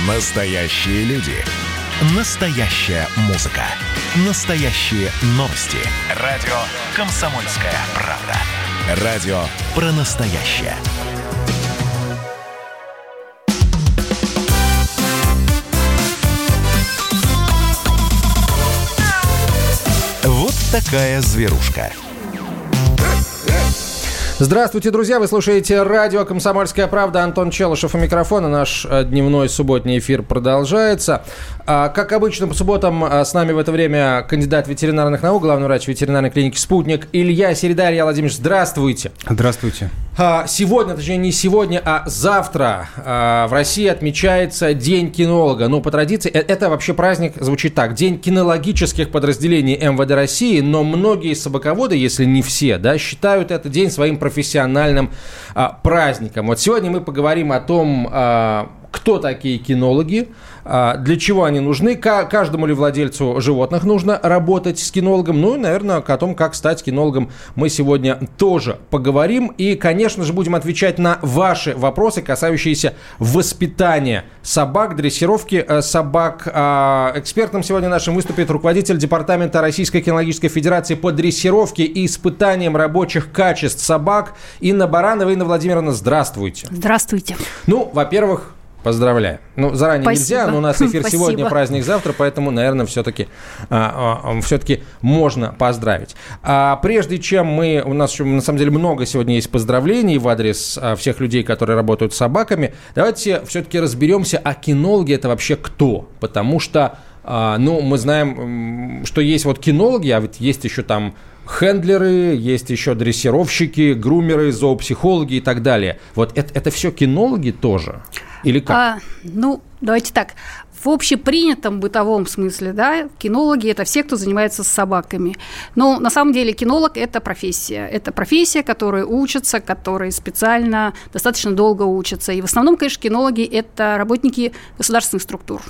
Настоящие люди. Настоящая музыка. Настоящие новости. Радио «Комсомольская правда». Радио про настоящее. Вот такая зверушка. Здравствуйте, друзья! Вы слушаете радио «Комсомольская правда». Антон Челышев у микрофона. Наш дневной субботний эфир продолжается. Как обычно, по субботам с нами в это время кандидат ветеринарных наук, главный врач ветеринарной клиники «Спутник» Илья Середа. Илья Владимирович, здравствуйте! Здравствуйте! Сегодня, точнее не сегодня, а завтра в России отмечается День кинолога. Ну, по традиции, это вообще праздник звучит так. День кинологических подразделений МВД России, но многие собаководы, если не все, да, считают этот день своим профессиональным праздником. Вот сегодня мы поговорим о том, кто такие кинологи, для чего они нужны, каждому ли владельцу животных нужно работать с кинологом, ну и, наверное, о том, как стать кинологом, мы сегодня тоже поговорим. И, конечно же, будем отвечать на ваши вопросы, касающиеся воспитания собак, дрессировки собак. Экспертом сегодня нашим выступит руководитель департамента Российской кинологической федерации по дрессировке и испытаниям рабочих качеств собак Инна Баранова. Инна Владимировна, здравствуйте. Здравствуйте. Ну, во-первых, поздравляю. Ну, заранее Спасибо. Нельзя, но у нас эфир Спасибо. Сегодня, праздник завтра, поэтому, наверное, все-таки можно поздравить. Прежде чем у нас еще, на самом деле, много сегодня есть поздравлений в адрес всех людей, которые работают с собаками, давайте все-таки разберемся, а кинологи это вообще кто? Потому что, мы знаем, что есть вот кинологи, а ведь есть еще там хендлеры, есть еще дрессировщики, грумеры, зоопсихологи и так далее. Вот это все кинологи тоже? Или как? Давайте так. В общепринятом бытовом смысле, да, кинологи – это все, кто занимается с собаками. Но на самом деле кинолог – это профессия. Это профессия, которой учатся, которые специально достаточно долго учатся. И в основном, конечно, кинологи – это работники государственных структур.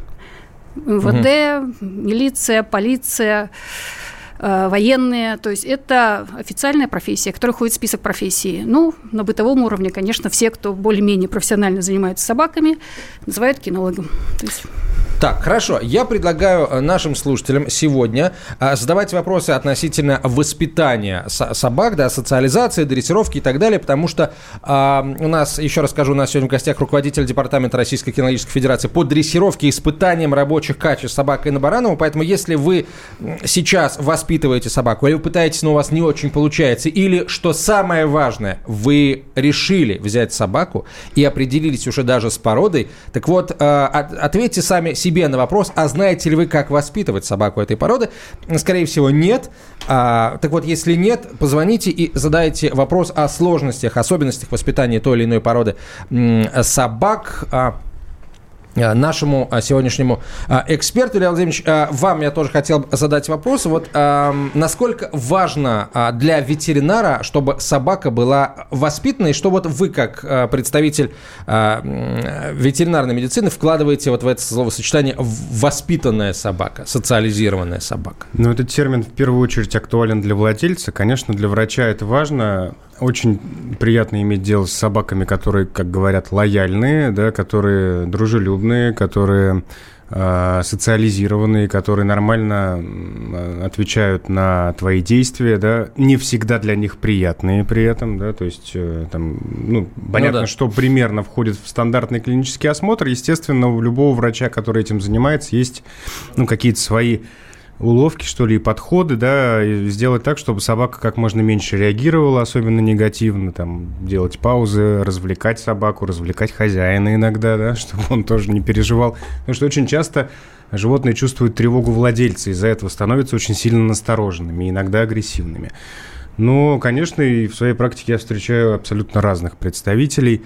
МВД, милиция, полиция, военные, то есть это официальная профессия, которая входит в список профессий. На бытовом уровне, конечно, все, кто более-менее профессионально занимается собаками, называют кинологом. Так, хорошо. Я предлагаю нашим слушателям сегодня задавать вопросы относительно воспитания собак, да, социализации, дрессировки и так далее, потому что у нас, еще раз скажу, у нас сегодня в гостях руководитель департамента Российской кинологической федерации по дрессировке и испытаниям рабочих качеств собак Инна Баранова, поэтому если вы сейчас воспитываете собаку, или вы пытаетесь, но у вас не очень получается, или, что самое важное, вы решили взять собаку и определились уже даже с породой, так вот, ответьте сами себе на вопрос, а знаете ли вы, как воспитывать собаку этой породы? Скорее всего, нет. Так вот, если нет, позвоните и задайте вопрос о сложностях, особенностях воспитания той или иной породы собак нашему сегодняшнему эксперту. Илья Владимирович, вам я тоже хотел задать вопрос. Вот насколько важно для ветеринара, чтобы собака была воспитана, и что вот вы, как представитель ветеринарной медицины, вкладываете вот в это словосочетание «воспитанная собака», «социализированная собака»? Этот термин в первую очередь актуален для владельца. Конечно, для врача это важно. Очень приятно иметь дело с собаками, которые, как говорят, лояльные, да, которые дружелюбные, которые социализированные, которые нормально отвечают на твои действия, да, не всегда для них приятные при этом, да, то есть понятно, что примерно входит в стандартный клинический осмотр. Естественно, у любого врача, который этим занимается, есть какие-то свои уловки, что ли, и подходы, да, и сделать так, чтобы собака как можно меньше реагировала, особенно негативно, делать паузы, развлекать собаку, развлекать хозяина иногда, да, чтобы он тоже не переживал. Потому что очень часто животные чувствуют тревогу владельца, из-за этого становятся очень сильно настороженными, иногда агрессивными. Но, конечно, и в своей практике я встречаю абсолютно разных представителей.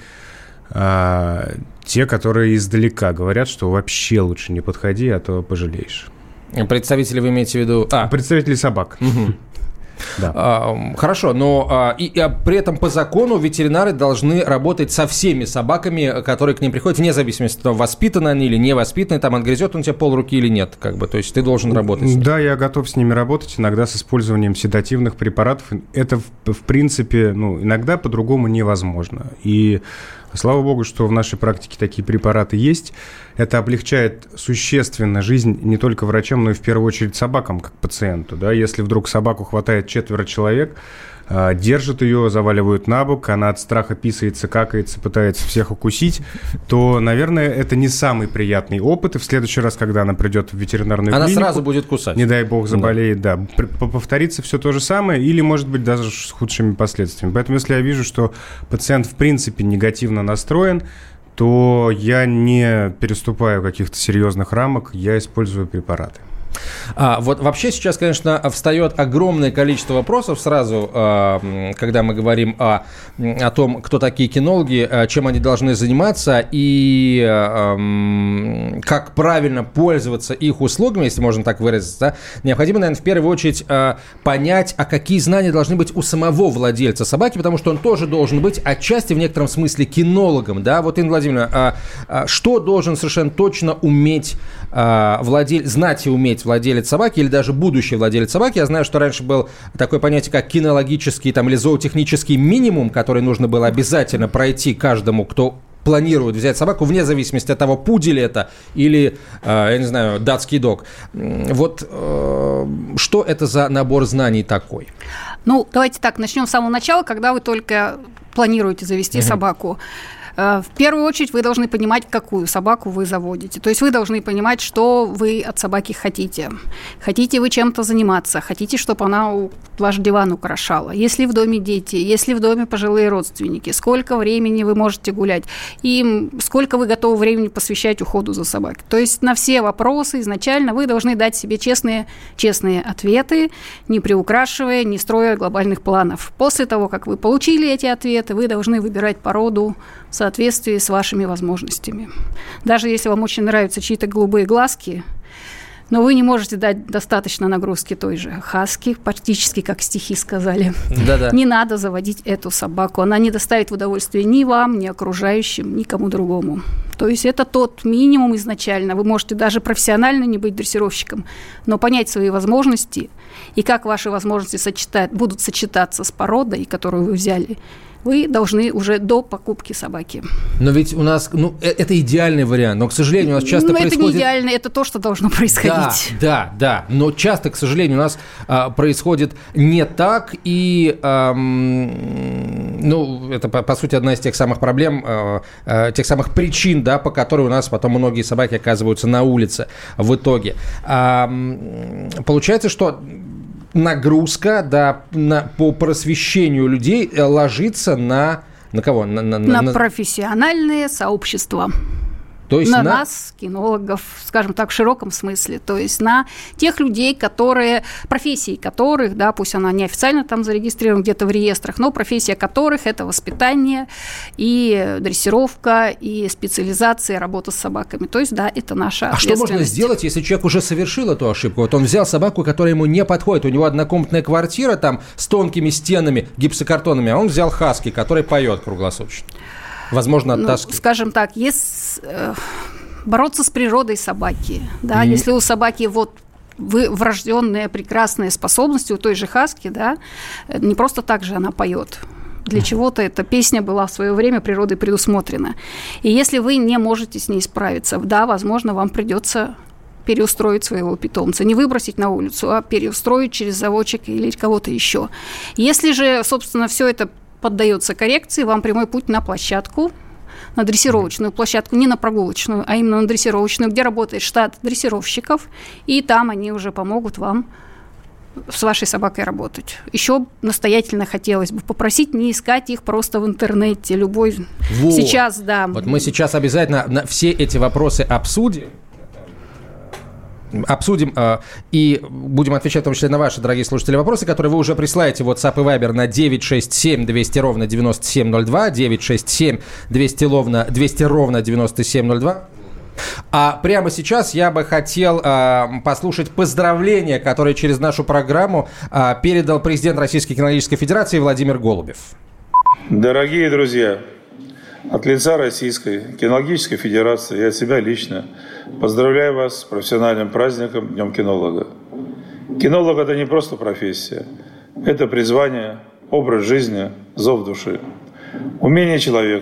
Те, которые издалека говорят, что вообще лучше не подходи, а то пожалеешь. Представители вы имеете в виду? Представители собак. Угу. Да. Хорошо, но при этом по закону ветеринары должны работать со всеми собаками, которые к ним приходят, вне зависимости от того, воспитаны они или не воспитаны, отгрызет он тебе полруки или нет, то есть ты должен работать с ними. Да, я готов с ними работать, иногда с использованием седативных препаратов. Это, в принципе, иногда по-другому невозможно. И Слава богу, что в нашей практике такие препараты есть. Это облегчает существенно жизнь не только врачам, но и в первую очередь собакам, как пациенту. Да? Если вдруг собаку хватает 4 человек, держат ее, заваливают на бок, она от страха писается, какается, пытается всех укусить, то, наверное, это не самый приятный опыт. И в следующий раз, когда она придет в ветеринарную клинику... Она сразу будет кусать. Не дай бог заболеет, да. Повторится все то же самое или, может быть, даже с худшими последствиями. Поэтому, если я вижу, что пациент в принципе негативно настроен, то я не переступаю каких-то серьезных рамок, я использую препараты. Вот вообще сейчас, конечно, встает огромное количество вопросов сразу, когда мы говорим о том, кто такие кинологи, чем они должны заниматься и как правильно пользоваться их услугами, если можно так выразиться. Да? Необходимо, наверное, в первую очередь понять, а какие знания должны быть у самого владельца собаки, потому что он тоже должен быть отчасти в некотором смысле кинологом. Да? Вот, Инна Владимировна, что должен совершенно точно уметь знать и уметь владелец собаки или даже будущий владелец собаки? Я знаю, что раньше был такое понятие, как кинологический или зоотехнический минимум, который нужно было обязательно пройти каждому, кто планирует взять собаку, вне зависимости от того, пудель это или, я не знаю, датский дог. Вот что это за набор знаний такой? Ну, давайте так, начнем с самого начала, когда вы только планируете завести собаку. В первую очередь вы должны понимать, какую собаку вы заводите. То есть вы должны понимать, что вы от собаки хотите. Хотите вы чем-то заниматься, хотите, чтобы она ваш диван украшала. Если в доме дети, если в доме пожилые родственники, сколько времени вы можете гулять и сколько вы готовы времени посвящать уходу за собакой. То есть на все вопросы изначально вы должны дать себе честные ответы, не приукрашивая, не строя глобальных планов. После того, как вы получили эти ответы, вы должны выбирать породу в соответствии с вашими возможностями. Даже если вам очень нравятся чьи-то голубые глазки, но вы не можете дать достаточно нагрузки той же хаски, практически как стихи сказали. Да-да. Не надо заводить эту собаку. Она не доставит удовольствия ни вам, ни окружающим, ни кому другому. То есть это тот минимум изначально. Вы можете даже профессионально не быть дрессировщиком, но понять свои возможности и как ваши возможности будут сочетаться с породой, которую вы взяли, вы должны уже до покупки собаки. Но ведь у нас, это идеальный вариант, но, к сожалению, у нас часто происходит... это не идеально, это то, что должно происходить. Да, но часто, к сожалению, у нас происходит не так, и, это, по сути, одна из тех самых проблем, тех самых причин, да, по которой у нас потом многие собаки оказываются на улице в итоге. Получается, что... нагрузка, по просвещению людей ложится на кого? На профессиональные сообщества. То есть на нас, кинологов, скажем так, в широком смысле. То есть на тех людей, профессии которых, да, пусть она неофициально там зарегистрирована где-то в реестрах, но профессия которых – это воспитание и дрессировка, и специализация, работа с собаками. То есть, да, это наша ответственность. А что можно сделать, если человек уже совершил эту ошибку? Вот он взял собаку, которая ему не подходит. У него однокомнатная квартира там с тонкими стенами, гипсокартонами, а он взял хаски, который поет круглосуточно. Возможно, от тоски. Скажем так, бороться с природой собаки, да, если у собаки врожденные прекрасные способности, у той же хаски, да, не просто так же она поет. Для чего-то эта песня была в свое время природой предусмотрена. И если вы не можете с ней справиться, да, возможно, вам придется переустроить своего питомца. Не выбросить на улицу, а переустроить через заводчик или кого-то еще. Если же, собственно, все это поддается коррекции, вам прямой путь на площадку, на дрессировочную площадку, не на прогулочную, а именно на дрессировочную, где работает штат дрессировщиков, и там они уже помогут вам с вашей собакой работать. Еще настоятельно хотелось бы попросить не искать их просто в интернете. Любой сейчас, да. Вот мы сейчас обязательно все эти вопросы обсудим и будем отвечать в том числе на ваши, дорогие слушатели, вопросы, которые вы уже присылаете в WhatsApp и Viber на 967-200-97-02, 967-200-97-02. А прямо сейчас я бы хотел послушать поздравления, которые через нашу программу передал президент Российской кинологической федерации Владимир Голубев. Дорогие друзья, от лица Российской кинологической федерации и от себя лично поздравляю вас с профессиональным праздником Днем кинолога. Кинолог – это не просто профессия, это призвание, образ жизни, зов души. Умение человека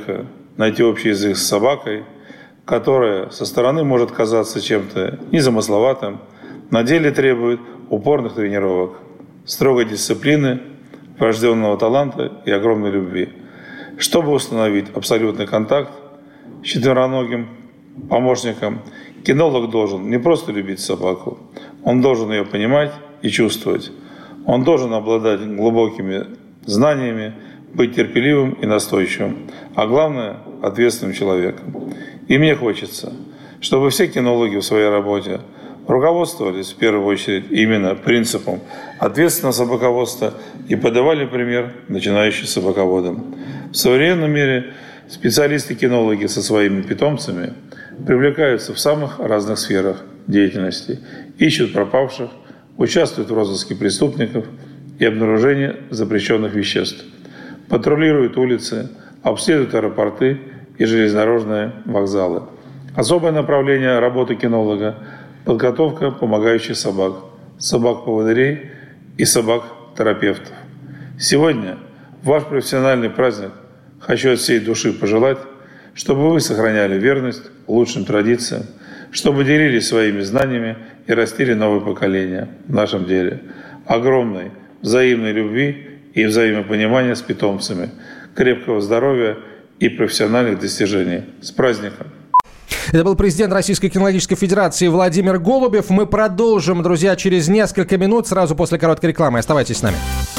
найти общий язык с собакой, которая со стороны может казаться чем-то незамысловатым, на деле требует упорных тренировок, строгой дисциплины, врожденного таланта и огромной любви. Чтобы установить абсолютный контакт с четвероногим помощником, кинолог должен не просто любить собаку, он должен ее понимать и чувствовать. Он должен обладать глубокими знаниями, быть терпеливым и настойчивым, а главное – ответственным человеком. И мне хочется, чтобы все кинологи в своей работе руководствовались в первую очередь именно принципом ответственного собаководства и подавали пример начинающим собаководам. В современном мире специалисты-кинологи со своими питомцами привлекаются в самых разных сферах деятельности, ищут пропавших, участвуют в розыске преступников и обнаружении запрещенных веществ, патрулируют улицы, обследуют аэропорты и железнодорожные вокзалы. Особое направление работы кинолога – подготовка помогающих собак, собак-поводырей и собак-терапевтов. Сегодня, в ваш профессиональный праздник, хочу от всей души пожелать, чтобы вы сохраняли верность лучшим традициям, чтобы делились своими знаниями и растили новое поколение в нашем деле. Огромной взаимной любви и взаимопонимания с питомцами, крепкого здоровья и профессиональных достижений. С праздником! Это был президент Российской кинологической федерации Владимир Голубев. Мы продолжим, друзья, через несколько минут, сразу после короткой рекламы. Оставайтесь с нами.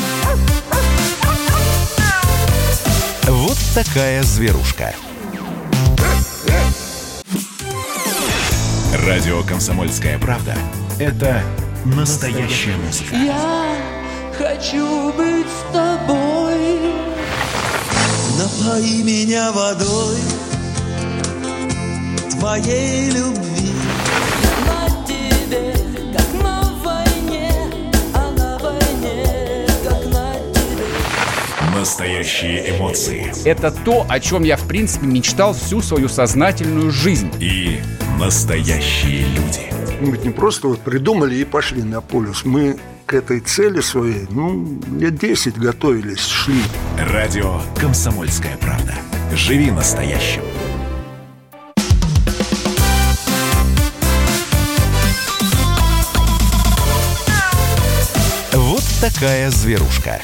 Вот такая зверушка. Радио «Комсомольская правда» — это настоящая музыка. Я хочу быть с тобой. Напои меня водой твоей любви. На тебе, как на войне, а на войне, как на тебе. Настоящие эмоции. Это то, о чем я, в принципе, мечтал всю свою сознательную жизнь. И настоящие люди. Мы ведь не просто вот придумали и пошли на полюс. Мы к этой цели своей, лет 10 готовились, шли. Радио «Комсомольская правда». Живи настоящим. Вот такая зверушка.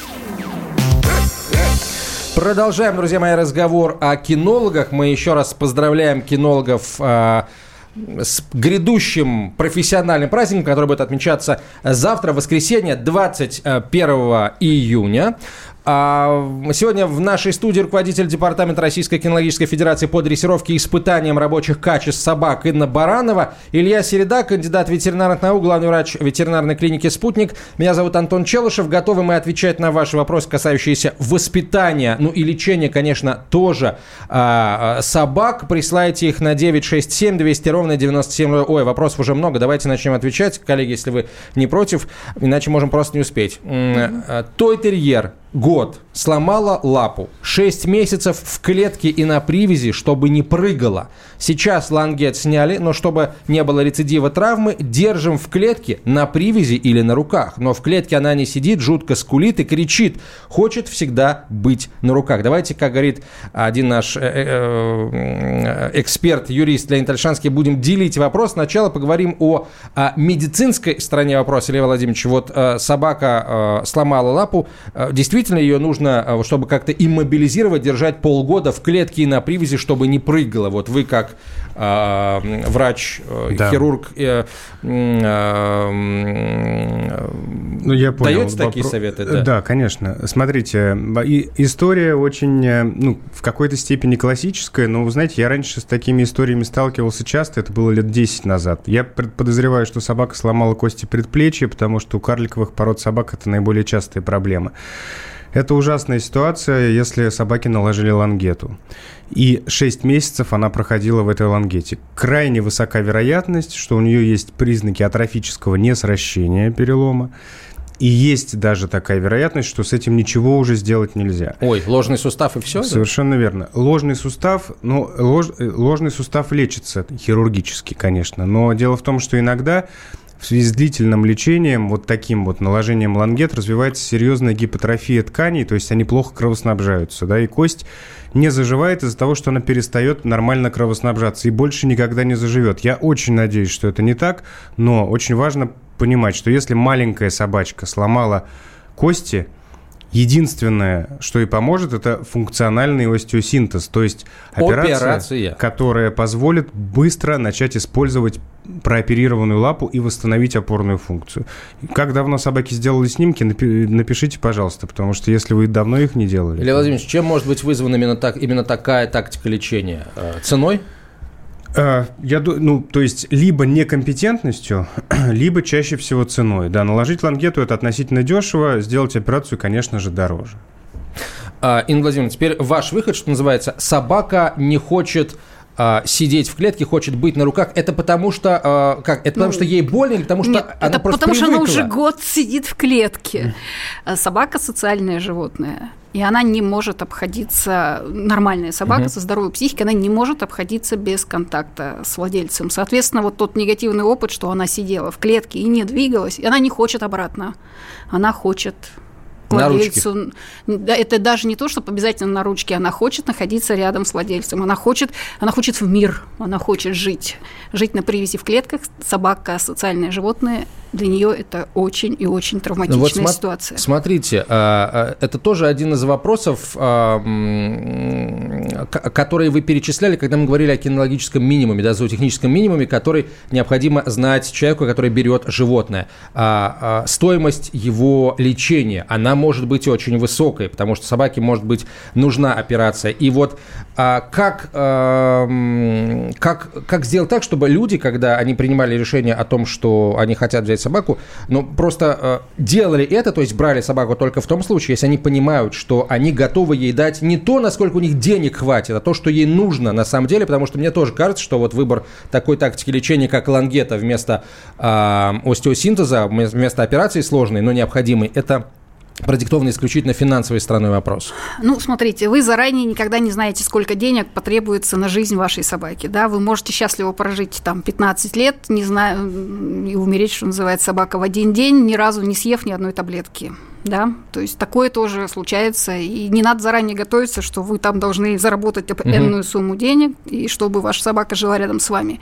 Продолжаем, друзья мои, разговор о кинологах. Мы еще раз поздравляем кинологов с грядущим профессиональным праздником, который будет отмечаться завтра, в воскресенье, 21 июня. Сегодня в нашей студии руководитель Департамента Российской кинологической федерации по дрессировке и испытаниям рабочих качеств собак Инна Баранова, Илья Середа, кандидат ветеринарных наук, главный врач ветеринарной клиники «Спутник». Меня зовут Антон Челышев. Готовы мы отвечать на ваши вопросы, касающиеся воспитания, и лечения, конечно, тоже собак. Присылайте их на 967 200 ровно 97. Ой, вопросов уже много. Давайте начнем отвечать, коллеги, если вы не против, иначе можем просто не успеть. Той-терьер. Год. Сломала лапу. 6 месяцев в клетке и на привязи, чтобы не прыгала. Сейчас лангет сняли, но чтобы не было рецидива травмы, держим в клетке на привязи или на руках. Но в клетке она не сидит, жутко скулит и кричит. Хочет всегда быть на руках. Давайте, как говорит один наш эксперт, юрист Леонид Ольшанский, будем делить вопрос. Сначала поговорим о медицинской стороне вопроса, Илья Владимирович. Вот собака сломала лапу. Действительно, ее нужно, чтобы как-то иммобилизировать, держать полгода в клетке и на привязи, чтобы не прыгала. Вот вы как врач, хирург, я понял. Даете такие советы? Да, конечно. Смотрите, история очень, в какой-то степени классическая, но, вы знаете, я раньше с такими историями сталкивался часто, это было лет 10 назад. Я подозреваю, что собака сломала кости предплечья, потому что у карликовых пород собак это наиболее частая проблема. Это ужасная ситуация, если собаке наложили лангету. И 6 месяцев она проходила в этой лангете. Крайне высока вероятность, что у нее есть признаки атрофического несращения перелома. И есть даже такая вероятность, что с этим ничего уже сделать нельзя. Ой, ложный сустав и все? Совершенно верно. Ложный сустав лечится хирургически, конечно. Но дело в том, что иногда в связи с длительным лечением, вот таким вот наложением лангет, развивается серьезная гипотрофия тканей, то есть они плохо кровоснабжаются, да, и кость не заживает из-за того, что она перестает нормально кровоснабжаться и больше никогда не заживет. Я очень надеюсь, что это не так, но очень важно понимать, что если маленькая собачка сломала кости, единственное, что ей поможет, это функциональный остеосинтез, то есть операция, которая позволит быстро начать использовать прооперированную лапу и восстановить опорную функцию. Как давно собаки сделали снимки, напишите, пожалуйста, потому что если вы давно их не делали... Илья Владимирович, чем может быть вызвана именно такая тактика лечения? Ценой? То есть либо некомпетентностью, либо чаще всего ценой. Да, наложить лангету – это относительно дешево, сделать операцию, конечно же, дороже. Инна Владимировна, теперь ваш выход, что называется, собака не хочет сидеть в клетке, хочет быть на руках. Это потому что потому что ей больно или потому что нет, она это просто потому привыкла? Что она уже год сидит в клетке. Собака социальное животное. И она не может обходиться, нормальная собака со здоровой психикой, она не может обходиться без контакта с владельцем. Соответственно, вот тот негативный опыт, что она сидела в клетке и не двигалась, и она не хочет обратно. Она хочет к владельцу. Это даже не то, чтобы обязательно на ручке. Она хочет находиться рядом с владельцем. Она хочет в мир. Она хочет жить. Жить на привязи в клетках. Собака – социальное животное. Для нее это очень и очень травматичная ситуация. Смотрите, это тоже один из вопросов, которые вы перечисляли, когда мы говорили о кинологическом минимуме, да, зоотехническом минимуме, который необходимо знать человеку, который берет животное. Стоимость его лечения, она может быть очень высокой, потому что собаке может быть нужна операция. И вот как сделать так, чтобы люди, когда они принимали решение о том, что они хотят взять собаку, просто делали это, то есть брали собаку только в том случае, если они понимают, что они готовы ей дать не то, насколько у них денег хватит, а то, что ей нужно на самом деле, потому что мне тоже кажется, что вот выбор такой тактики лечения, как лангета вместо остеосинтеза, вместо операции сложной, но необходимой, это продиктован исключительно финансовой стороной вопрос. Смотрите, вы заранее никогда не знаете, сколько денег потребуется на жизнь вашей собаки. Да? Вы можете счастливо прожить 15 лет, не знаю, и умереть, что называется, собака в один день, ни разу не съев ни одной таблетки. Да? То есть такое тоже случается, и не надо заранее готовиться, что вы там должны заработать энную сумму денег, и чтобы ваша собака жила рядом с вами.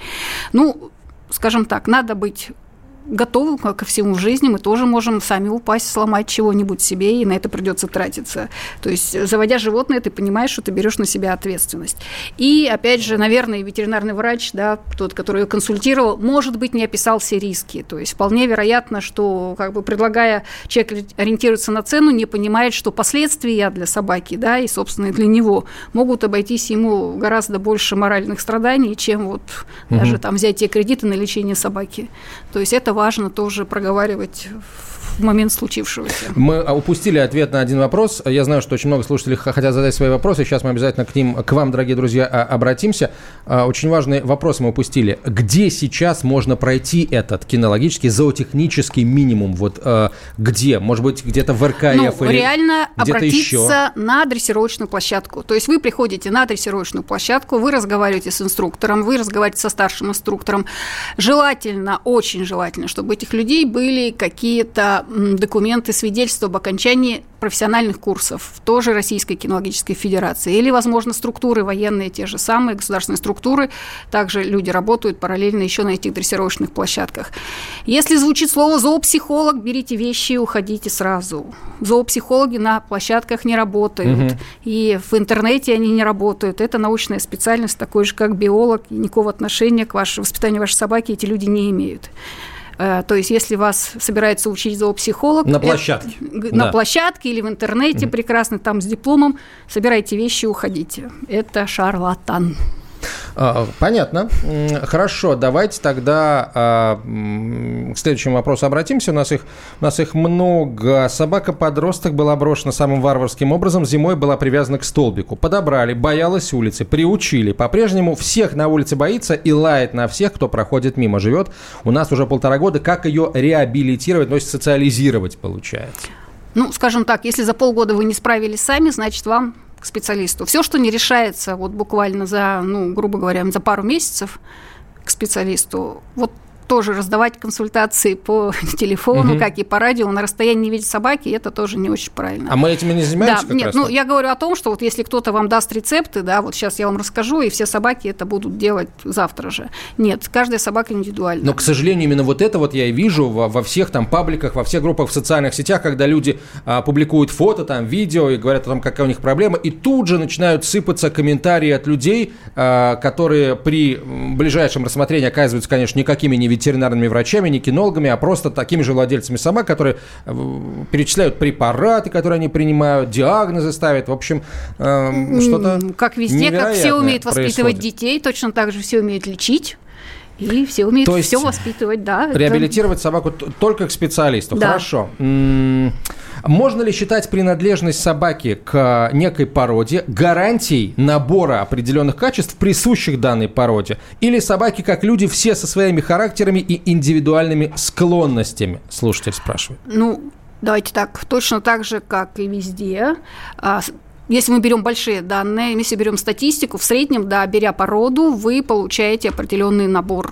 Скажем так, надо быть готовы ко всему в жизни, мы тоже можем сами упасть, сломать чего-нибудь себе, и на это придется тратиться. То есть, заводя животное, ты понимаешь, что ты берешь на себя ответственность. И, опять же, наверное, ветеринарный врач, да, тот, который ее консультировал, может быть, не описал все риски. То есть, вполне вероятно, что, предлагая, человек ориентируется на цену, не понимает, что последствия для собаки, да, и, собственно, для него могут обойтись ему гораздо больше моральных страданий, чем даже взятие кредита на лечение собаки. То есть, это важно тоже проговаривать в момент случившегося. Мы упустили ответ на один вопрос. Я знаю, что очень много слушателей хотят задать свои вопросы. Сейчас мы обязательно к вам, дорогие друзья, обратимся. Очень важный вопрос мы упустили. Где сейчас можно пройти этот кинологический, зоотехнический минимум? Где? Может быть, где-то в РКФ или реально где-то обратиться еще? На дрессировочную площадку. То есть вы приходите на дрессировочную площадку, вы разговариваете с инструктором, вы разговариваете со старшим инструктором. Желательно, очень желательно, чтобы у этих людей были какие-то документы, свидетельства об окончании профессиональных курсов в той же Российской кинологической федерации. Или, возможно, структуры военные, те же самые государственные структуры. Также люди работают параллельно еще на этих дрессировочных площадках. Если звучит слово «зоопсихолог», берите вещи и уходите сразу. Зоопсихологи на площадках не работают. И в интернете они не работают. Это научная специальность, такой же, как биолог. И никакого отношения к воспитанию вашей собаки эти люди не имеют. То есть, если вас собирается учить зоопсихолог... На площадке. На площадке или в интернете, прекрасно, там с дипломом, собирайте вещи и уходите. Это шарлатан. Понятно. Хорошо, давайте тогда к следующему вопросу обратимся. У нас их много. Собака-подросток была брошена самым варварским образом. Зимой была привязана к столбику. Подобрали, боялась улицы, приучили. По-прежнему всех на улице боится и лает на всех, кто проходит мимо. Живет у нас уже 1,5 года. Как ее реабилитировать, то есть социализировать, получается? Скажем так, если за полгода вы не справились сами, значит, вам к специалисту. Все, что не решается буквально за, грубо говоря, за пару месяцев к специалисту, тоже раздавать консультации по телефону, как и по радио, на расстоянии не видеть собаки, это тоже не очень правильно. А мы этим не занимаемся? Да, нет, ну, я говорю о том, что вот если кто-то вам даст рецепты, да, вот сейчас я вам расскажу, и все собаки это будут делать завтра же. Нет, каждая собака индивидуальна. Но, к сожалению, именно вот это вот я и вижу во всех там пабликах, во всех группах в социальных сетях, когда люди публикуют фото, там, видео и говорят о том, какая у них проблема, и тут же начинают сыпаться комментарии от людей, которые при ближайшем рассмотрении оказываются, конечно, никакими не ветеринарными врачами, не кинологами, а просто такими же владельцами собак, которые перечисляют препараты, которые они принимают, диагнозы ставят. В общем, что-то как везде, как все умеют воспитывать детей, точно так же все умеют лечить. И все умеют все воспитывать, да. Реабилитировать собаку только к специалисту. Да. Хорошо. Можно ли считать принадлежность собаки к некой породе гарантией набора определенных качеств, присущих данной породе? Или собаки, как люди, все со своими характерами и индивидуальными склонностями? Слушатель спрашивает. Ну, давайте так. Точно так же, как и везде. Если мы берем большие данные, если берем статистику, в среднем, да, беря породу, вы получаете определенный набор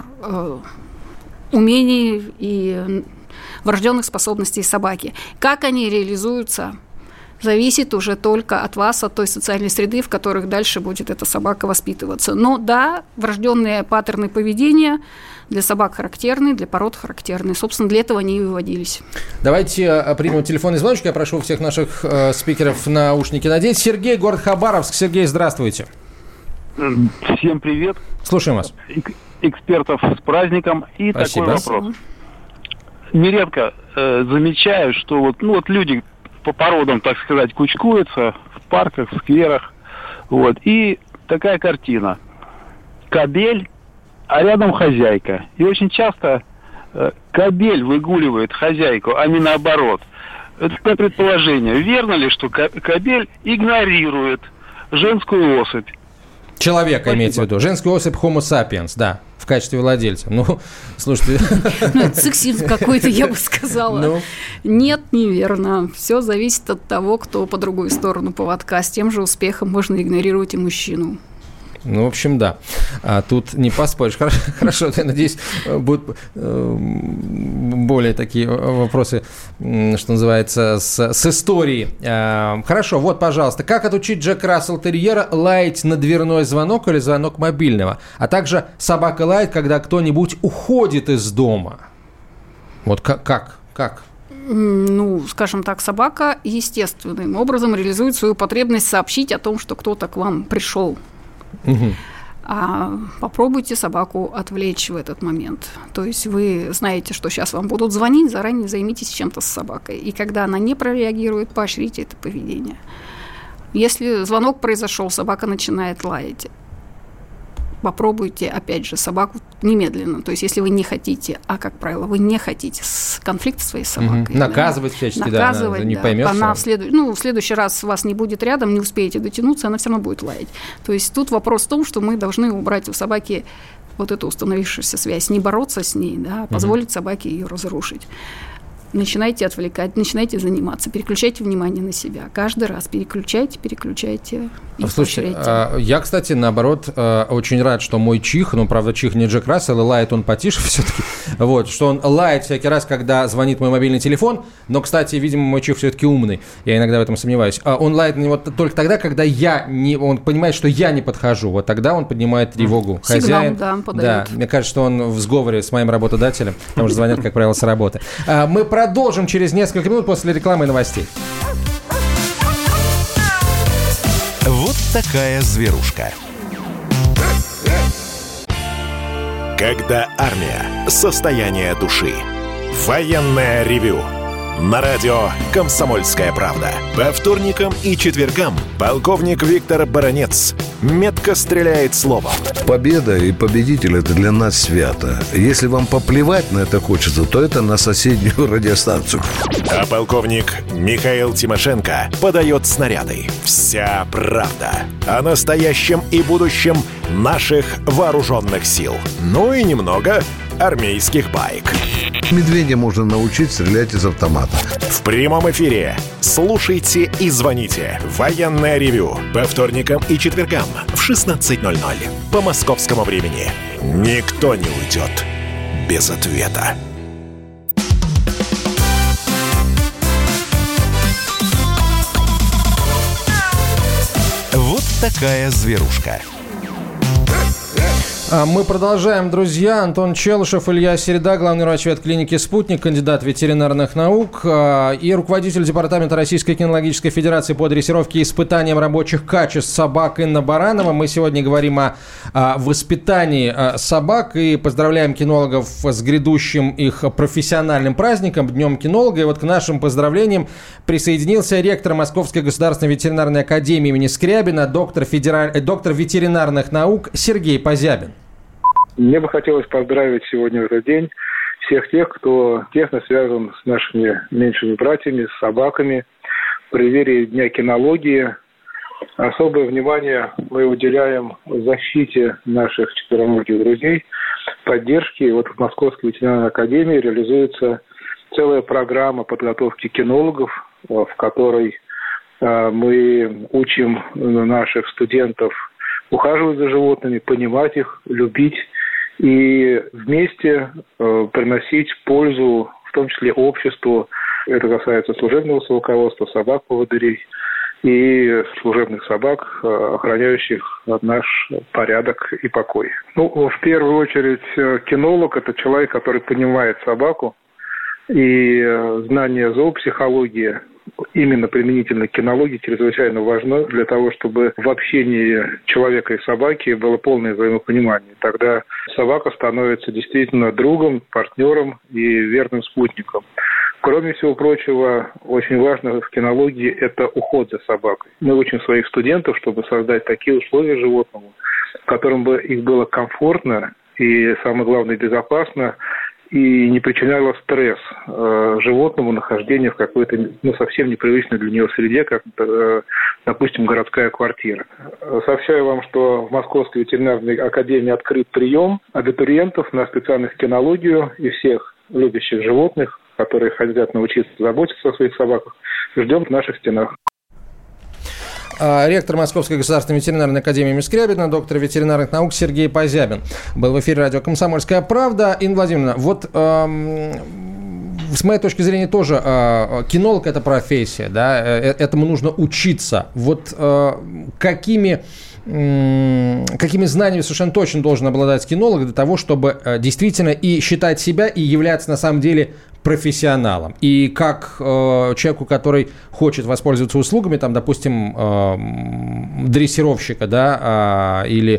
умений и врожденных способностей собаки. Как они реализуются, зависит уже только от вас, от той социальной среды, в которых дальше будет эта собака воспитываться. Но да, врожденные паттерны поведения для собак характерны, для пород характерны. Собственно, для этого они и выводились. Давайте примем телефонный звоночек. Я прошу всех наших спикеров наушники надеть. Сергей, город Хабаровск. Сергей, здравствуйте. Всем привет. Слушаем вас. Экспертов с праздником. И Спасибо. Такой вопрос. Нередко замечаю, что вот люди по породам, так сказать, кучкуются в парках, в скверах. Вот. И такая картина. Кобель, а рядом хозяйка. И очень часто кобель выгуливает хозяйку, а не наоборот. Это предположение. Верно ли, что кобель игнорирует женскую особь? Человека. Спасибо. Имеется в виду. Женскую особь Homo sapiens, да, в качестве владельца. Ну, слушайте. Это сексизм какой-то, я бы сказала. Нет, неверно. Все зависит от того, кто по другую сторону поводка. С тем же успехом можно игнорировать и мужчину. Ну, в общем, да. Тут не поспоришь. Хорошо, я надеюсь, будут более такие вопросы, что называется, с истории. Хорошо, вот, пожалуйста. Как отучить Джек Рассел Терьера лаять на дверной звонок или звонок мобильного? А также собака лает, когда кто-нибудь уходит из дома. Вот как? Ну, скажем так, собака естественным образом реализует свою потребность сообщить о том, что кто-то к вам пришел. Угу. Попробуйте собаку отвлечь в этот момент. То есть вы знаете, что сейчас вам будут звонить, заранее займитесь чем-то с собакой. И когда она не прореагирует, поощрите это поведение. Если звонок произошел, собака начинает лаять, попробуйте, опять же, собаку немедленно. То есть, если вы не хотите, а, как правило, вы не хотите конфликта с своей собакой. Наказывать всячески, наказывать, она не поймет. Она в следующий раз вас не будет рядом, не успеете дотянуться, она все равно будет лаять. То есть, тут вопрос в том, что мы должны убрать у собаки вот эту установившуюся связь, не бороться с ней, да, позволить собаке ее разрушить. Начинайте отвлекать, начинайте заниматься, переключайте внимание на себя. Каждый раз переключайте и поощряйте. Я, кстати, наоборот, очень рад, что мой чих, правда, чих не Джек Рассел, и лает он потише все-таки, вот, что он лает всякий раз, когда звонит мой мобильный телефон, но, кстати, видимо, мой чих все-таки умный, я иногда в этом сомневаюсь. Он лает на него только тогда, когда он понимает, что я не подхожу, вот тогда он поднимает тревогу. Сигнал, да, подает. Да, мне кажется, что он в сговоре с моим работодателем, потому что звонят, как правило, с работы. Мы продолжим через несколько минут после рекламы и новостей. Вот такая зверушка. Когда армия. Состояние души. Военное ревю. На радио «Комсомольская правда». По вторникам и четвергам полковник Виктор Баранец метко стреляет словом. Победа и победитель – это для нас свято. Если вам поплевать на это хочется, то это на соседнюю радиостанцию. А полковник Михаил Тимошенко подает снаряды. Вся правда о настоящем и будущем наших вооруженных сил. Ну и немного армейских баек. Медведя можно научить стрелять из автомата. В прямом эфире слушайте и звоните. Военное ревю по вторникам и четвергам в 16:00 по московскому времени. Никто не уйдет без ответа. Вот такая зверушка. Мы продолжаем, друзья. Антон Челышев, Илья Середа, главный врач ветклиники «Спутник», кандидат ветеринарных наук и руководитель департамента Российской кинологической федерации по дрессировке и испытаниям рабочих качеств собак Инна Баранова. Мы сегодня говорим о воспитании собак и поздравляем кинологов с грядущим их профессиональным праздником, Днем кинолога. И вот к нашим поздравлениям присоединился ректор Московской государственной ветеринарной академии имени Скрябина, доктор ветеринарных наук Сергей Позябин. Мне бы хотелось поздравить сегодня в этот день всех тех, кто тесно связан с нашими меньшими братьями, с собаками. В преддверии Дня кинологии особое внимание мы уделяем защите наших четвероногих друзей, поддержке. Вот в Московской ветеринарной академии реализуется целая программа подготовки кинологов, в которой мы учим наших студентов ухаживать за животными, понимать их, любить и вместе приносить пользу, в том числе обществу. Это касается служебного собаководства, собак-поводырей и служебных собак, охраняющих наш порядок и покой. В первую очередь, кинолог – это человек, который понимает собаку, и знание зоопсихологии, именно применительно к кинологии, чрезвычайно важно для того, чтобы в общении человека и собаки было полное взаимопонимание. Тогда собака становится действительно другом, партнером и верным спутником. Кроме всего прочего, очень важно в кинологии – это уход за собакой. Мы учим своих студентов, чтобы создать такие условия животному, в котором бы их было комфортно и, самое главное, безопасно, и не причиняло стресс животному нахождение в какой-то совсем непривычной для него среде, как, допустим, городская квартира. Сообщаю вам, что в Московской ветеринарной академии открыт прием абитуриентов на специальность кинологию, и всех любящих животных, которые хотят научиться заботиться о своих собаках, ждем в наших стенах. Ректор Московской государственной ветеринарной академии имени Скрябина, доктор ветеринарных наук Сергей Позябин был в эфире радио «Комсомольская правда». Инна Владимировна, вот с моей точки зрения тоже кинолог – это профессия, да, этому нужно учиться. Вот какими знаниями совершенно точно должен обладать кинолог для того, чтобы действительно и считать себя, и являться на самом деле профессионалом. И как человеку, который хочет воспользоваться услугами, там, допустим, дрессировщика, да, или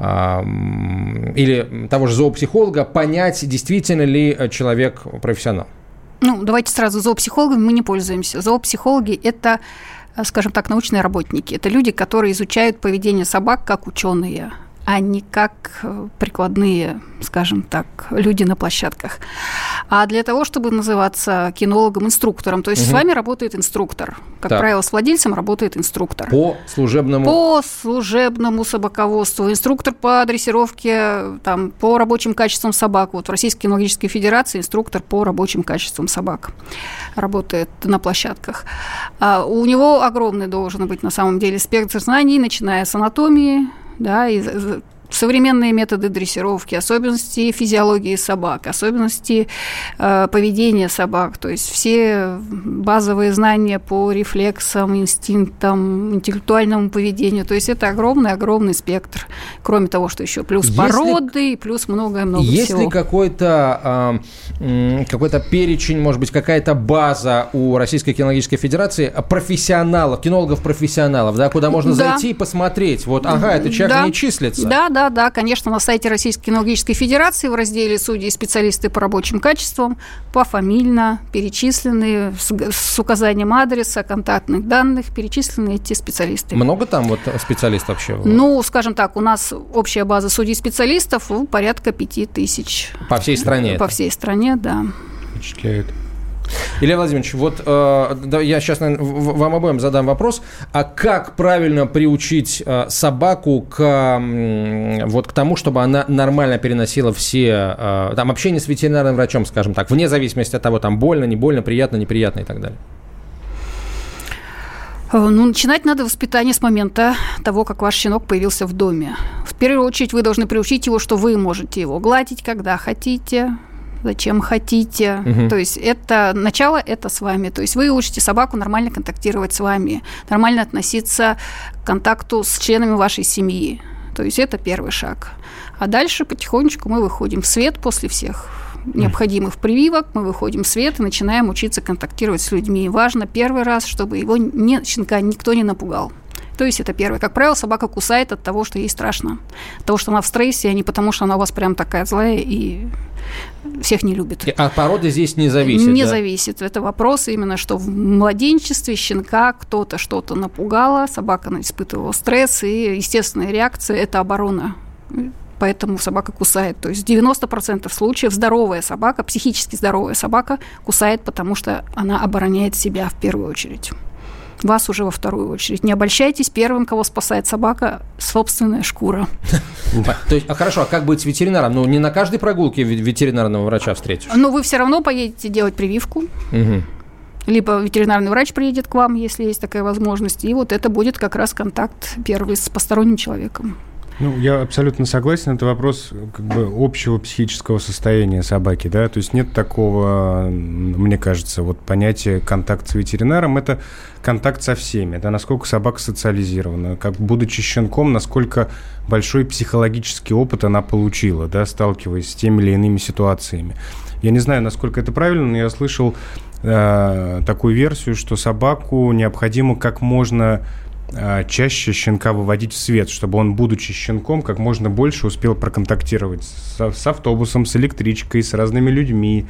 того же зоопсихолога, понять, действительно ли человек профессионал? Давайте сразу, зоопсихологами мы не пользуемся. Зоопсихологи – это, скажем так, научные работники. Это люди, которые изучают поведение собак как ученые, а не как прикладные, скажем так, люди на площадках. А для того, чтобы называться кинологом, инструктором, то есть с вами работает инструктор. Как правило, с владельцем работает инструктор. По служебному собаководству. Инструктор по дрессировке, по рабочим качествам собак. Вот в Российской кинологической федерации инструктор по рабочим качествам собак работает на площадках. У него огромный должен быть, на самом деле, спектр знаний, начиная с анатомии, да, и современные методы дрессировки, особенности физиологии собак, особенности поведения собак, то есть все базовые знания по рефлексам, инстинктам, интеллектуальному поведению, то есть это огромный спектр, кроме того, что еще плюс породы и плюс многое-много всего. Есть ли какой-то перечень, может быть, какая-то база у Российской кинологической федерации профессионалов, кинологов-профессионалов, да, куда можно зайти и посмотреть, этот человек не числится? Да, конечно, на сайте Российской кинологической федерации в разделе «Судьи и специалисты по рабочим качествам» пофамильно перечислены с указанием адреса, контактных данных, перечислены эти специалисты. Много там специалистов вообще? Скажем так, у нас общая база судей-специалистов порядка 5000. По всей стране? По всей стране, да. Впечатляет. Илья Владимирович, я сейчас, наверное, вам обоим задам вопрос. А как правильно приучить собаку к тому, чтобы она нормально переносила все общение с ветеринарным врачом, скажем так, вне зависимости от того, больно, не больно, приятно, неприятно и так далее? Начинать надо воспитание с момента того, как ваш щенок появился в доме. В первую очередь вы должны приучить его, что вы можете его гладить, когда хотите, зачем хотите. То есть это начало, это с вами. То есть вы учите собаку нормально контактировать с вами, нормально относиться к контакту с членами вашей семьи. То есть это первый шаг. А дальше потихонечку мы выходим в свет после всех необходимых прививок, мы выходим в свет и начинаем учиться контактировать с людьми. Важно первый раз, чтобы щенка никто не напугал. То есть это первое. Как правило, собака кусает от того, что ей страшно. От того, что она в стрессе, а не потому, что она у вас прям такая злая и всех не любит. От породы здесь не зависит? Не зависит. Это вопрос именно, что в младенчестве щенка кто-то что-то напугало, собака испытывала стресс, и естественная реакция – это оборона. Поэтому собака кусает. То есть 90% случаев здоровая собака, психически здоровая собака кусает, потому что она обороняет себя в первую очередь. Вас уже во вторую очередь. Не обольщайтесь, первым, кого спасает собака, собственная шкура. Хорошо, а как быть с ветеринаром? Не на каждой прогулке ветеринарного врача встретишь. Вы все равно поедете делать прививку. Либо ветеринарный врач приедет к вам, если есть такая возможность. И вот это будет как раз контакт первый с посторонним человеком. Я абсолютно согласен. Это вопрос общего психического состояния собаки, да, то есть нет такого, мне кажется, понятия контакт с ветеринаром – это контакт со всеми, это насколько собака социализирована, как, будучи щенком, насколько большой психологический опыт она получила, да, сталкиваясь с теми или иными ситуациями. Я не знаю, насколько это правильно, но я слышал такую версию, что собаку необходимо как можно чаще щенка выводить в свет, чтобы он, будучи щенком, как можно больше успел проконтактировать с автобусом, с электричкой, с разными людьми,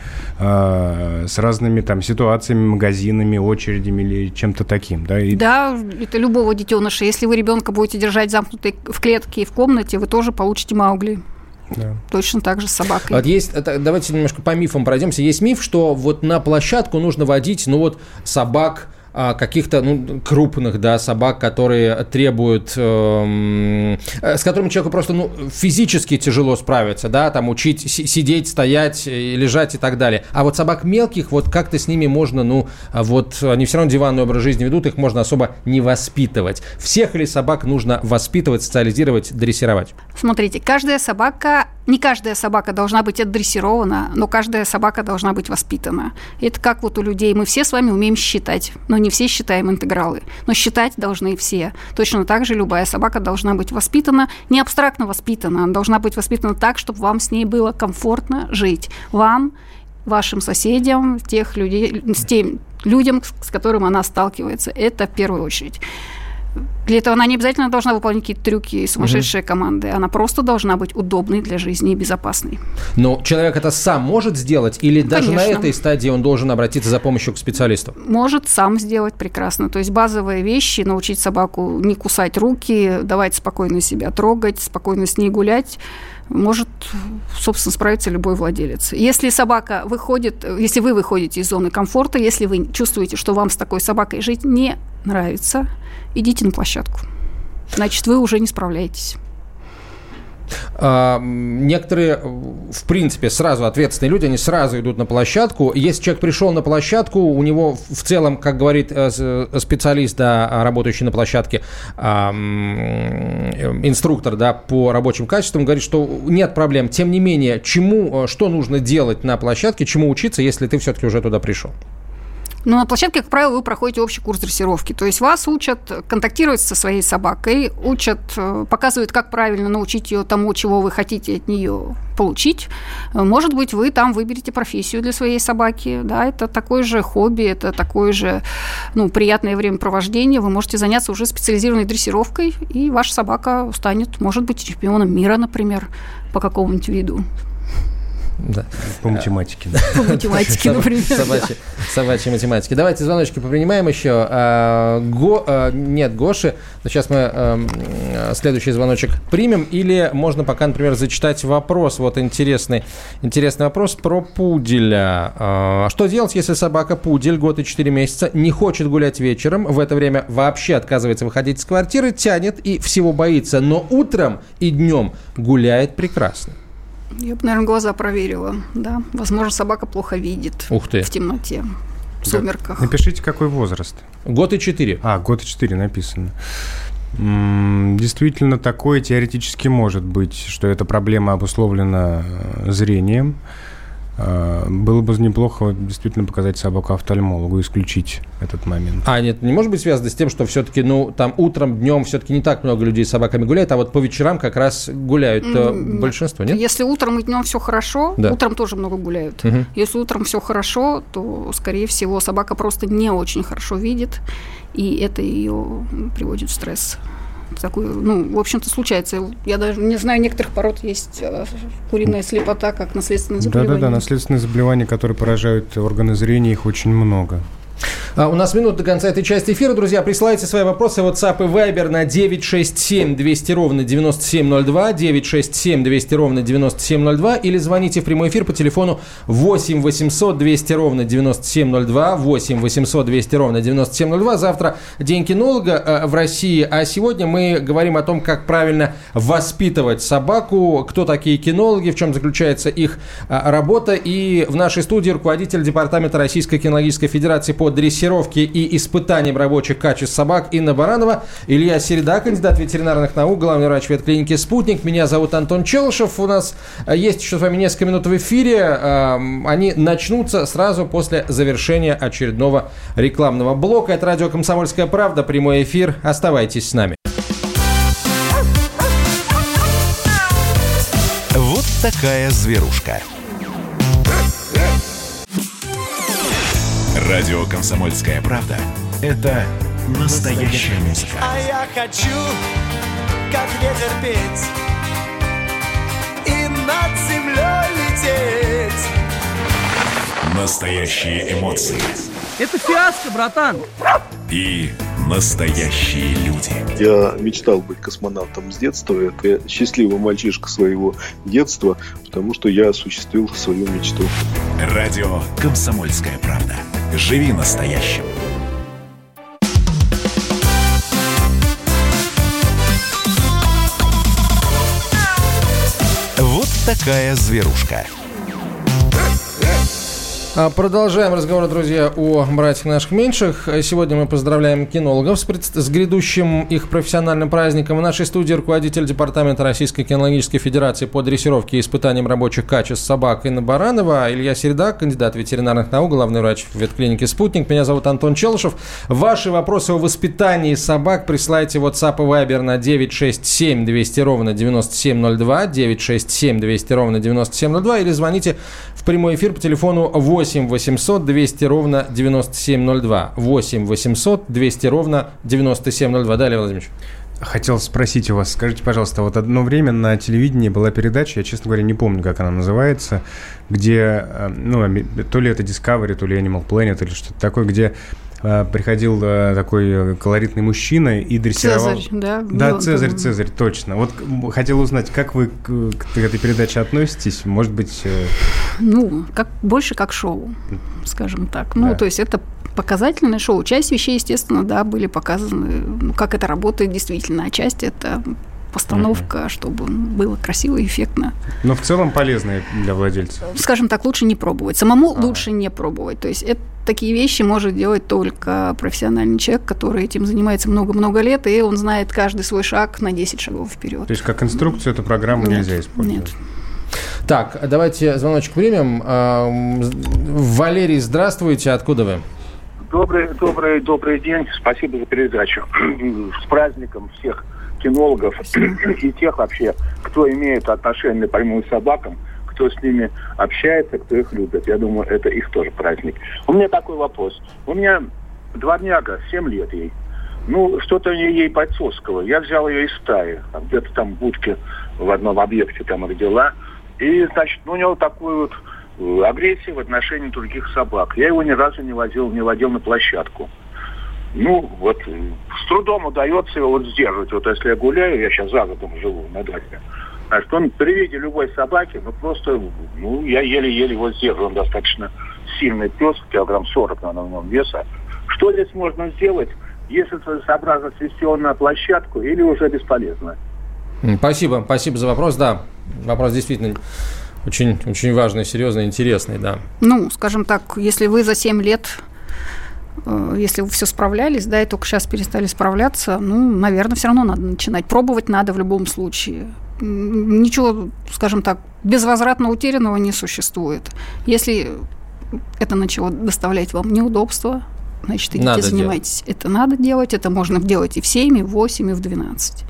с разными ситуациями, магазинами, очередями или чем-то таким. Да, да, это любого детеныша. Если вы ребенка будете держать замкнутой в клетке и в комнате, вы тоже получите Маугли. Да. Точно так же с собакой. Давайте немножко по мифам пройдемся. Есть миф, что на площадку нужно водить собак каких-то крупных, да, собак, которые требуют, с которыми человеку просто физически тяжело справиться, да, учить сидеть, стоять, лежать и так далее. А собак мелких, как-то с ними можно, они все равно диванный образ жизни ведут, их можно особо не воспитывать. Всех ли собак нужно воспитывать, социализировать, дрессировать? Смотрите, не каждая собака должна быть отдрессирована, но каждая собака должна быть воспитана. Это как у людей. Мы все с вами умеем считать, но не все считаем интегралы. Но считать должны все. Точно так же любая собака должна быть воспитана, не абстрактно воспитана, она должна быть воспитана так, чтобы вам с ней было комфортно жить. Вам, вашим соседям, с тем людям, с которыми она сталкивается. Это в первую очередь. Для этого она не обязательно должна выполнять какие-то трюки и сумасшедшие команды. Она просто должна быть удобной для жизни и безопасной. Но человек это сам может сделать? Или даже на этой стадии он должен обратиться за помощью к специалисту? Может сам сделать прекрасно. То есть базовые вещи, научить собаку не кусать руки, давать спокойно себя трогать, спокойно с ней гулять, может, собственно, справиться любой владелец. Если вы выходите из зоны комфорта, если вы чувствуете, что вам с такой собакой жить не нравится, идите на площадку. Значит, вы уже не справляетесь. Некоторые, в принципе, сразу ответственные люди, они сразу идут на площадку. Если человек пришел на площадку, у него в целом, как говорит специалист, да, работающий на площадке, инструктор, да, по рабочим качествам, говорит, что нет проблем. Тем не менее, что нужно делать на площадке, чему учиться, если ты все-таки уже туда пришел? На площадке, как правило, вы проходите общий курс дрессировки. То есть вас учат контактировать со своей собакой, показывают, как правильно научить ее тому, чего вы хотите от нее получить. Может быть, вы там выберете профессию для своей собаки. Да, это такое же хобби, это такое же приятное времяпровождение. Вы можете заняться уже специализированной дрессировкой, и ваша собака станет, может быть, чемпионом мира, например, по какому-нибудь виду. Да. По математике. По математике, например. Собачьей математике. Давайте звоночки попринимаем еще. Нет Гоши. Сейчас мы следующий звоночек примем. Или можно пока, например, зачитать вопрос. Интересный вопрос про пуделя. Что делать, если собака пудель, год и 4 месяца, не хочет гулять вечером, в это время вообще отказывается выходить из квартиры, тянет и всего боится, но утром и днем гуляет прекрасно? Я бы, наверное, глаза проверила. Да? Возможно, собака плохо видит в темноте. в сумерках. Напишите, какой возраст. 1 год и 4. Год и 4 написано. Действительно, такое теоретически может быть, что эта проблема обусловлена зрением. Было бы неплохо действительно показать собаку офтальмологу, исключить этот момент. Нет, не может быть связано с тем, что все-таки, там утром, днем все-таки не так много людей с собаками гуляет, а вот по вечерам как раз гуляют большинство, нет? Если утром и днем все хорошо, да. Утром тоже много гуляют. Угу. Если утром все хорошо, то, скорее всего, собака просто не очень хорошо видит, и это ее приводит в стресс. Такую, в общем-то, случается. Я даже не знаю, некоторых пород есть куриная слепота как наследственное заболевание. Да, наследственные заболевания, которые поражают органы зрения, их очень много. У нас минута до конца этой части эфира. Друзья, присылайте свои вопросы в WhatsApp и Viber на 967-200-97-02, 967-200-97-02 или звоните в прямой эфир по телефону 8 800 200-97-02, 8 800 200-97-02. Завтра День кинолога в России, а сегодня мы говорим о том, как правильно воспитывать собаку, кто такие кинологи, в чем заключается их работа. И в нашей студии руководитель департамента Российской кинологической федерации по дрессировке и испытаниям рабочих качеств собак Инна Баранова, Илья Середа, кандидат ветеринарных наук, главный врач ветклиники «Спутник». Меня зовут Антон Челышев. У нас есть еще с вами несколько минут в эфире. Они начнутся сразу после завершения очередного рекламного блока. Это радио «Комсомольская правда», прямой эфир. Оставайтесь с нами. Вот такая зверушка. Радио «Комсомольская правда» — это настоящая музыка. А я хочу, как ветер, петь и над землей лететь. Настоящие эмоции. Это фиаско, братан. И настоящие люди. Я мечтал быть космонавтом с детства. Это счастливый мальчишка своего детства, потому что я осуществил свою мечту. Радио «Комсомольская правда». Живи настоящим. Вот такая зверушка. Продолжаем разговор, друзья, о братьях наших меньших. Сегодня мы поздравляем кинологов с грядущим их профессиональным праздником. В нашей студии руководитель департамента Российской кинологической федерации по дрессировке и испытаниям рабочих качеств собак Инна Баранова, Илья Середа, кандидат ветеринарных наук, главный врач в ветклинике «Спутник». Меня зовут Антон Челышев. Ваши вопросы о воспитании собак присылайте в WhatsApp и Viber на 967-200-97-02, 967-200-97-02 или звоните в прямой эфир по телефону 8 800 200 ровно 9702. 8 800 200 ровно 9702. Далее, Владимир. Хотел спросить у вас, скажите, пожалуйста, вот одно время на телевидении была передача, я, честно говоря, не помню, как она называется, где, то ли это Discovery, то ли Animal Planet, или что-то такое, где приходил такой колоритный мужчина и дрессировал... Цезарь, да? Да, Цезарь, точно. Вот хотел узнать, как вы к этой передаче относитесь? Может быть... больше как шоу, скажем так. То есть это показательное шоу. Часть вещей, естественно, были показаны, как это работает действительно, а часть это постановка, чтобы было красиво и эффектно. Но в целом полезные для владельцев. Скажем так, лучше не пробовать. Самому лучше не пробовать. То есть такие вещи может делать только профессиональный человек, который этим занимается много-много лет, и он знает каждый свой шаг на 10 шагов вперед. То есть как инструкцию эту программу нельзя использовать? Нет. Так, давайте звоночек примем. Валерий, здравствуйте. Откуда вы? Добрый день. Спасибо за передачу. С праздником всех кинологов и тех вообще, кто имеет отношение напрямую к собакам, кто с ними общается, кто их любит. Я думаю, это их тоже праздник. У меня такой вопрос. У меня дворняга, 7 лет ей. Что-то ей подсоскало. Я взял ее из стаи. Где-то там в будке в одном объекте там родила. И, значит, у него такую агрессию в отношении других собак. Я его ни разу не водил на площадку. С трудом удается его сдерживать. Если я гуляю, я сейчас за городом живу, на даче. Значит, он при виде любой собаки, я еле-еле его сдерживаю. Он достаточно сильный пес, килограмм 40 на нем веса. Что здесь можно сделать, если целесообразно свести его на площадку, или уже бесполезно? Спасибо за вопрос, да. Вопрос действительно очень, очень важный, серьезный, интересный, да. Скажем так, если вы за 7 лет Если вы все справлялись, да, и только сейчас перестали справляться, ну, наверное, все равно надо начинать. Пробовать надо в любом случае. Ничего, скажем так, безвозвратно утерянного не существует. Если это начало доставлять вам неудобства, значит, идите, занимайтесь. Это надо делать, это можно делать и в 7, и в 8, и в 12.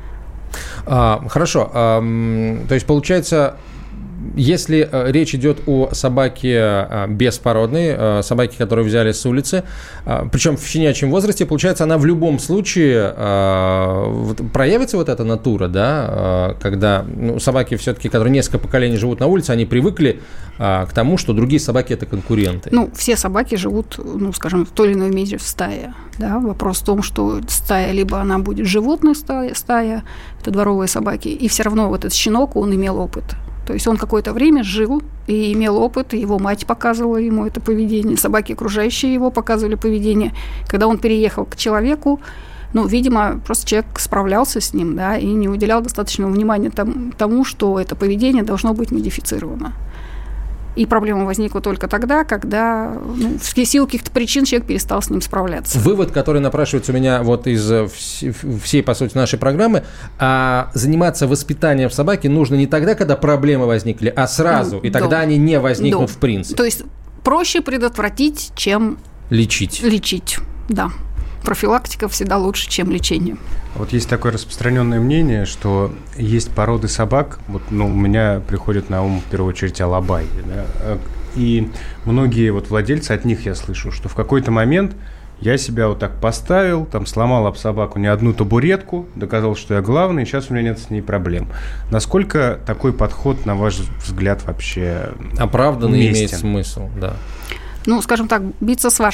Хорошо. То есть, получается, если речь идет о собаке беспородной, собаке, которую взяли с улицы, причем в щенячьем возрасте, получается, она в любом случае проявится вот эта натура, да, когда собаки все-таки, которые несколько поколений живут на улице, они привыкли к тому, что другие собаки – это конкуренты. Ну, все собаки живут, ну, скажем, в той или иной мере в стае. Да? Вопрос в том, что стая, либо она будет животная стая, это дворовые собаки, и все равно вот этот щенок, он имел опыт. То есть он какое-то время жил и имел опыт, и его мать показывала ему это поведение, собаки, окружающие его, показывали поведение. Когда он переехал к человеку, ну, видимо, просто человек справлялся с ним, да, и не уделял достаточного внимания тому, что это поведение должно быть модифицировано. И проблема возникла только тогда, когда в силу каких-то причин человек перестал с ним справляться. Вывод, который напрашивается у меня вот из всей, по сути, нашей программы, заниматься воспитанием собаки нужно не тогда, когда проблемы возникли, а сразу, и тогда они не возникнут в принципе. То есть проще предотвратить, чем лечить, да. Профилактика всегда лучше, чем лечение. Вот есть такое распространенное мнение, что есть породы собак, вот, у меня приходит на ум в первую очередь алабай, да, и многие вот владельцы, от них я слышу, что в какой-то момент я себя вот так поставил, там сломал об собаку не одну табуретку, доказал, что я главный, и сейчас у меня нет с ней проблем. Насколько такой подход, на ваш взгляд, вообще оправданный, имеет смысл, да? Ну, скажем так, биться с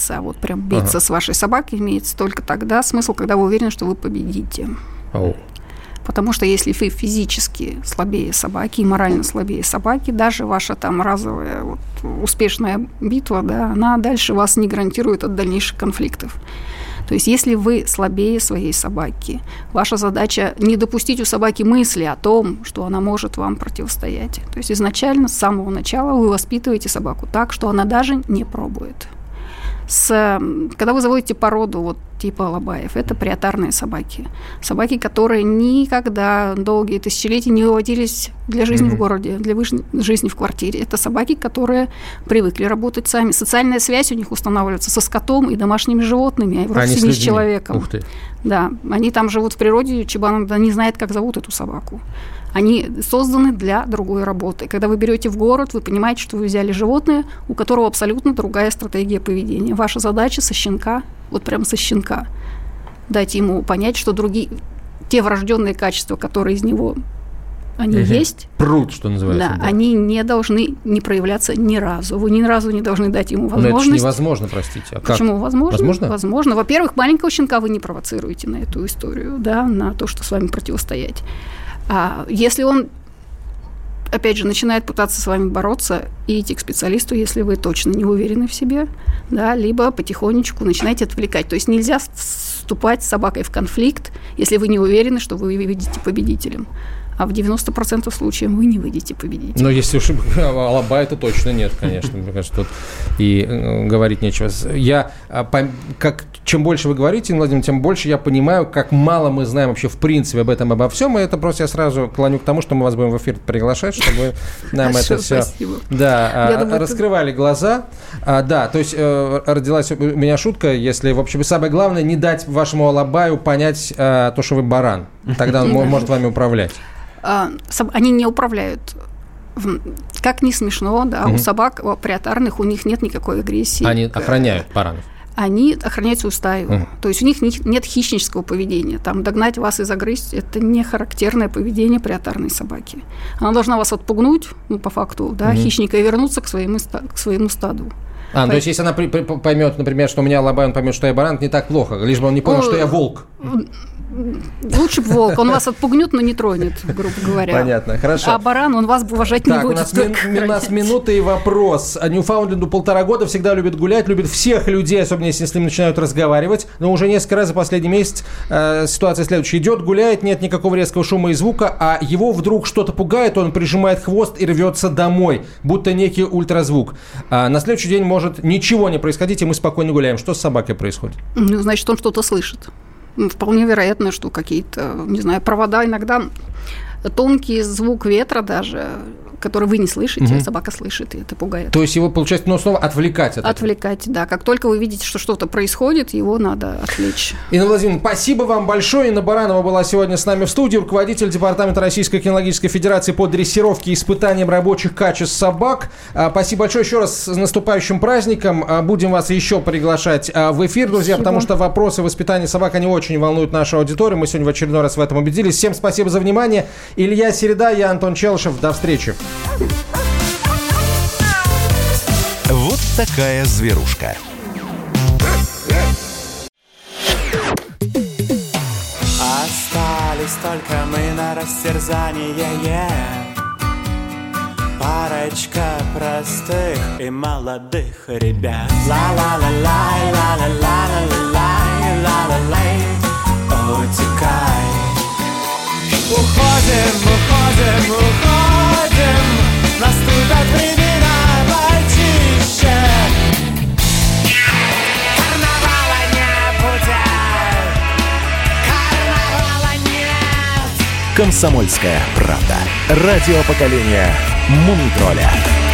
вашей собакой имеется только тогда смысл, когда вы уверены, что вы победите. Потому что если вы физически слабее собаки и морально слабее собаки, даже ваша там разовая успешная битва, да, она дальше вас не гарантирует от дальнейших конфликтов. То есть если вы слабее своей собаки, ваша задача не допустить у собаки мысли о том, что она может вам противостоять. То есть изначально, с самого начала вы воспитываете собаку так, что она даже не пробует. Когда вы заводите породу типа алабаев, это приотарные собаки. Собаки, которые никогда долгие тысячелетия не выводились для жизни в городе, для жизни в квартире. Это собаки, которые привыкли работать сами. Социальная связь у них устанавливается со скотом и домашними животными, а вовсе не с человеком. Ух ты. Да, они там живут в природе, чебан не знает, как зовут эту собаку. Они созданы для другой работы. Когда вы берете в город, вы понимаете, что вы взяли животное, у которого абсолютно другая стратегия поведения. Ваша задача со щенка, прямо со щенка, дать ему понять, что те врожденные качества, которые из него есть, прут, что называется. Да, они не должны не проявляться ни разу. Вы ни разу не должны дать ему возможность. Но это же невозможно, простите. А почему как? Возможно? Возможно. Во-первых, маленького щенка вы не провоцируете на эту историю, да, на то, что с вами противостоять. А если он, опять же, начинает пытаться с вами бороться, идите к специалисту, если вы точно не уверены в себе, да, либо потихонечку начинайте отвлекать. То есть нельзя вступать с собакой в конфликт, если вы не уверены, что вы выйдете победителем. А в 90% случаев вы не выйдете победителем. Но если уж алабай, то точно нет, конечно. Мне кажется, тут и говорить нечего. Чем больше вы говорите, Владимир, тем больше я понимаю, как мало мы знаем вообще в принципе об этом, обо всем. И это просто я сразу клоню к тому, что мы вас будем в эфир приглашать, чтобы нам это все раскрывали глаза. Да, то есть родилась у меня шутка, если, в общем, самое главное, не дать вашему алабаю понять то, что вы баран. Тогда он может вами управлять. Они не управляют. Как ни смешно, да, у собак приотарных у них нет никакой агрессии. Они охраняют баранов. Они охраняют свою стаю. То есть у них нет хищнического поведения. Там догнать вас и загрызть – это не характерное поведение приотарной собаки. Она должна вас отпугнуть, по факту, да, хищника, и вернуться к своему стаду. То есть если она поймет, например, что у меня алабай, он поймет, что я баран, это не так плохо, лишь бы он не понял, что я волк. Лучше бы волк. Он вас отпугнет, но не тронет, грубо говоря. Понятно, хорошо. А баран, он вас уважать не будет. У нас минута и вопрос. Ньюфаундленду 1,5 года, всегда любит гулять, любит всех людей, особенно если с ним начинают разговаривать. Но уже несколько раз за последний месяц ситуация следующая. Идет, гуляет, нет никакого резкого шума и звука, а его вдруг что-то пугает, он прижимает хвост и рвется домой, будто некий ультразвук. На следующий день может ничего не происходить, и мы спокойно гуляем. Что с собакой происходит? Ну, значит, он что-то слышит. Вполне вероятно, что какие-то, не знаю, провода, иногда тонкий звук ветра даже, который вы не слышите, собака слышит, и это пугает. То есть его, получается, снова отвлекать от этого? Отвлекать, да. Как только вы видите, что что-то происходит, его надо отвлечь. Инна Владимировна, спасибо вам большое. Инна Баранова была сегодня с нами в студии, руководитель Департамента Российской кинологической федерации по дрессировке и испытаниям рабочих качеств собак. Спасибо большое. Еще раз с наступающим праздником. Будем вас еще приглашать в эфир, друзья, потому что вопросы воспитания собак, они очень волнуют нашу аудиторию. Мы сегодня в очередной раз в этом убедились. Всем спасибо за внимание. Илья Середа, я Антон Челышев. До встречи. Вот такая зверушка. Остались только мы на растерзание. Парочка простых и молодых ребят. Ла-ла-ла-лай, ла-ла-ла-ла-ла-лай, ла-ла-лай, утекай. Уходим, уходим, уходим. Наступят времена почище. Карнавала не будет. Карнавала нет. «Комсомольская правда». Радио поколения Мумий-тролля.